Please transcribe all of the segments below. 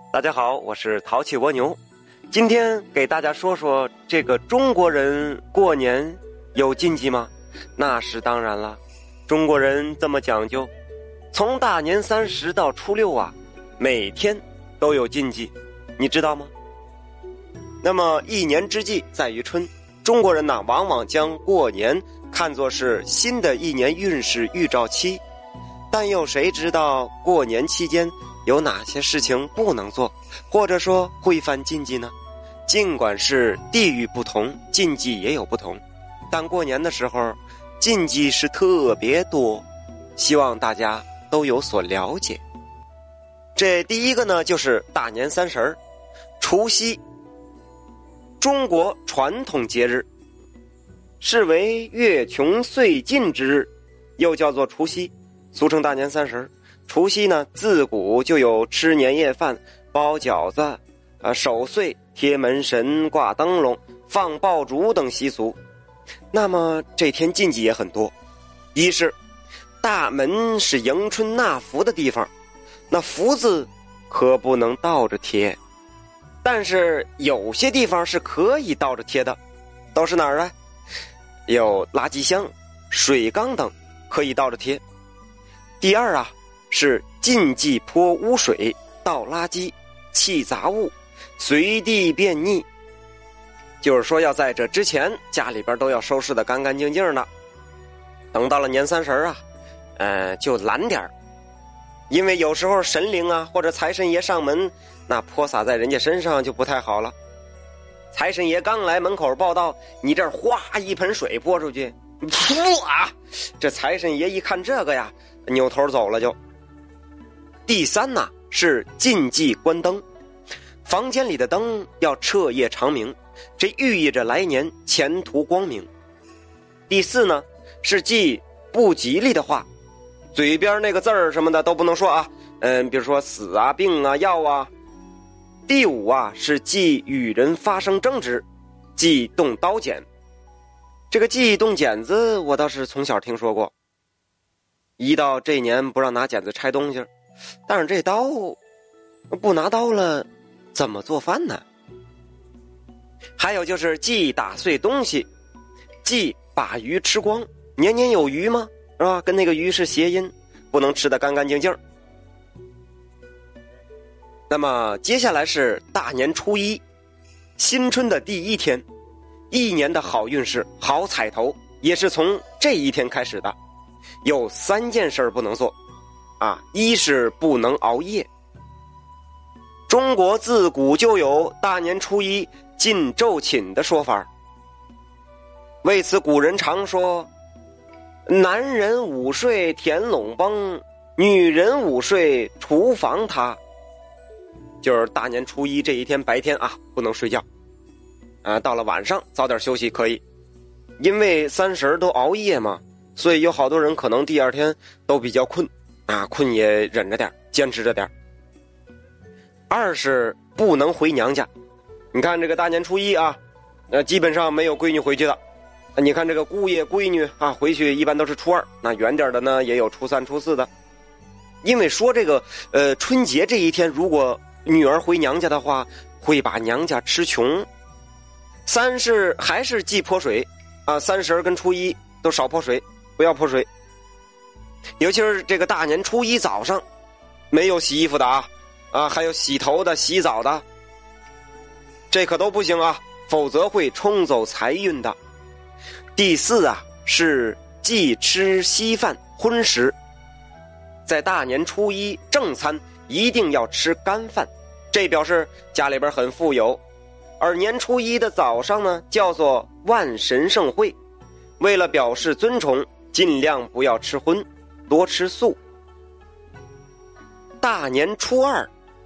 大家好，我是淘气蜗牛。今天给大家说说这个中国人过年有禁忌吗？那是当然了，中国人这么讲究，从大年30到初六啊，每天都有禁忌，你知道吗？那么一年之计在于春，中国人呢往往将过年看作是新的一年运势预兆期，但又谁知道过年期间有哪些事情不能做，或者说会犯禁忌呢？尽管是地域不同，禁忌也有不同，但过年的时候禁忌是特别多，希望大家都有所了解。这第一个呢，就是大年30，除夕，中国传统节日，是为月穷岁尽之日，又叫做除夕，俗称大年30。除夕呢，自古就有吃年夜饭、包饺子、守岁、贴门神、挂灯笼、放爆竹等习俗。那么这天禁忌也很多，一是大门是迎春纳福的地方，那福字可不能倒着贴，但是有些地方是可以倒着贴的，都是哪儿啊？有垃圾箱、水缸等可以倒着贴。第二啊，是禁忌泼污水、倒垃圾、弃杂物、随地便溺，就是说要在这之前家里边都要收拾得干干净净的，等到了年30啊，就懒点儿，因为有时候神灵啊或者财神爷上门，那泼洒在人家身上就不太好了。财神爷刚来门口报到，你这儿哗一盆水泼出去，噗啊！这财神爷一看这个呀，扭头走了就。第三呢，是禁忌关灯，房间里的灯要彻夜长明，这寓意着来年前途光明。第四呢，是忌不吉利的话，嘴边那个字儿什么的都不能说啊，比如说死啊、病啊、药啊。第五啊，是忌与人发生争执，忌动刀剪。这个忌动剪子我倒是从小听说过，一到这年不让拿剪子拆东西，但是这刀不拿刀了怎么做饭呢？还有就是忌打碎东西，忌把鱼吃光，年年有余吗？是吧？跟那个鱼是谐音，不能吃得干干净净。那么接下来是大年初一，新春的第一天，一年的好运势、好彩头也是从这一天开始的。有3件事不能做啊，一是不能熬夜。中国自古就有大年初一禁昼寝的说法，为此古人常说，男人午睡田垄崩，女人午睡厨房塌。就是大年初一这一天白天啊不能睡觉到了晚上早点休息可以，因为30都熬夜嘛，所以有好多人可能第二天都比较困困也忍着点，坚持着点。二是不能回娘家，你看这个大年初一啊，基本上没有闺女回去的。你看这个姑爷闺女啊，回去一般都是初2，那远点的呢也有初3、初4的。因为说这个春节这一天，如果女儿回娘家的话，会把娘家吃穷。三是还是忌泼水30跟初一都少泼水，不要泼水。尤其是这个大年初一早上，没有洗衣服的还有洗头的、洗澡的，这可都不行啊，否则会冲走财运的。第四啊，是忌吃稀饭、荤食。在大年初一正餐一定要吃干饭，这表示家里边很富有。而年初一的早上呢，叫做万神盛会，为了表示尊崇，尽量不要吃荤，多吃素。大年初二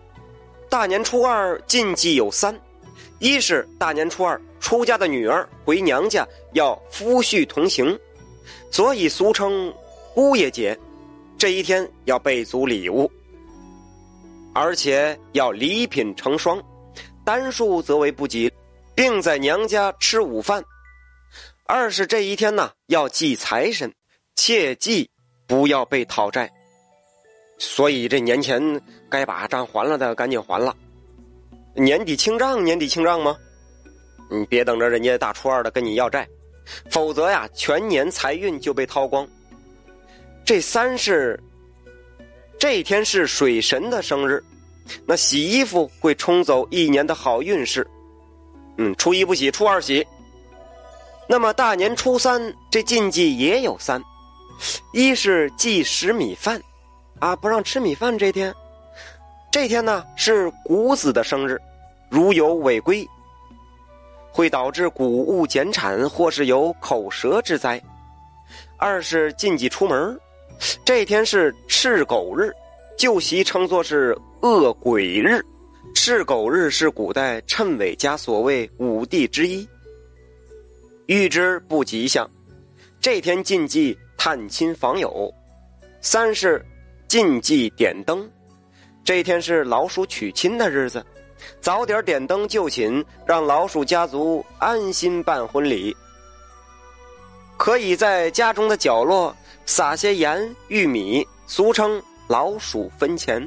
禁忌有3，一是大年初二出家的女儿回娘家要夫婿同行，所以俗称姑爷节，这一天要备足礼物，而且要礼品成双，单数则为不吉，并在娘家吃午饭。二是这一天呢，要祭财神，切记不要被讨债，所以这年前该把账还了的赶紧还了年底清账，年底清账吗？你别等着人家大初二的跟你要债，否则呀，全年财运就被掏光。这3是这一天是水神的生日，那洗衣服会冲走一年的好运势。初一不洗，初二洗。那么大年初3这禁忌也有3，一是忌食米饭啊，不让吃米饭。这天呢是谷子的生日，如有违规，会导致谷物减产或是有口舌之灾。2是禁忌出门，这天是赤狗日，旧习称作是恶鬼日。赤狗日是古代谶纬家所谓5帝之一，预知不吉祥。这天禁忌探亲访友。3是禁忌点灯，这天是老鼠娶亲的日子，早点点灯就寝，让老鼠家族安心办婚礼。可以在家中的角落撒些盐、玉米，俗称老鼠坟前。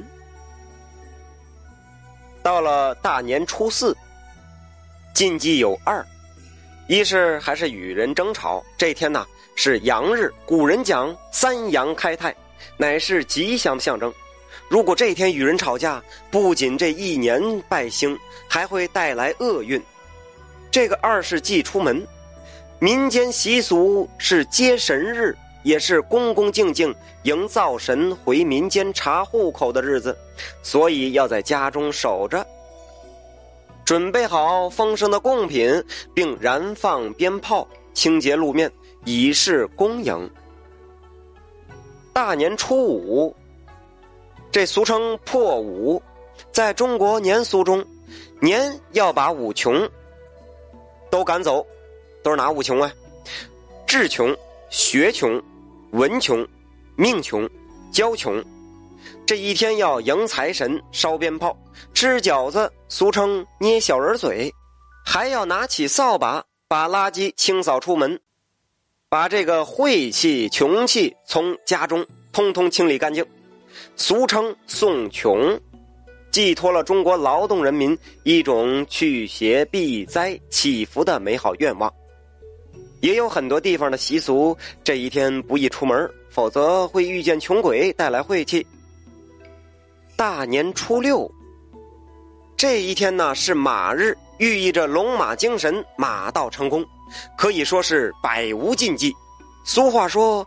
到了大年初4，禁忌有2，一是还是与人争吵，这天呢是阳日，古人讲3阳开泰，乃是吉祥象征。如果这天与人吵架，不仅这一年败兴，还会带来厄运。这个2是忌出门，民间习俗是接神日，也是恭恭敬敬迎灶神回民间查户口的日子，所以要在家中守着，准备好丰盛的贡品，并燃放鞭炮，清洁路面，以示恭迎。大年初5，这俗称破5，在中国年俗中，年要把5穷都赶走。都是哪5穷啊？智穷、学穷、文穷、命穷、交穷。这一天要迎财神，烧鞭炮，吃饺子，俗称捏小人嘴，还要拿起扫把把垃圾清扫出门，把这个晦气穷气从家中通通清理干净，俗称送穷，寄托了中国劳动人民一种去邪避灾祈福的美好愿望。也有很多地方的习俗，这一天不宜出门，否则会遇见穷鬼，带来晦气。大年初6，这一天呢是马日，寓意着龙马精神，马到成功，可以说是百无禁忌。俗话说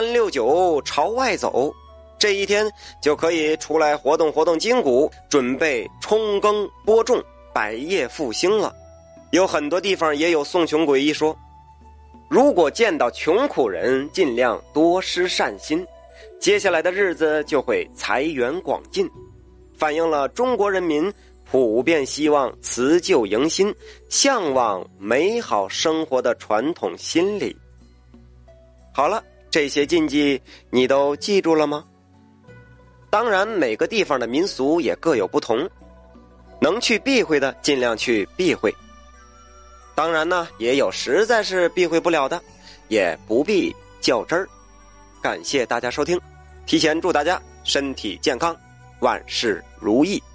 369朝外走，这一天就可以出来活动活动筋骨，准备冲耕播种，百业复兴了。有很多地方也有送穷鬼一说。如果见到穷苦人，尽量多施善心，接下来的日子就会财源广进，反映了中国人民普遍希望辞旧迎新，向往美好生活的传统心理。好了，这些禁忌你都记住了吗？当然，每个地方的民俗也各有不同，能去避讳的尽量去避讳。当然呢，也有实在是避讳不了的，也不必较真儿。感谢大家收听，提前祝大家身体健康，万事如意。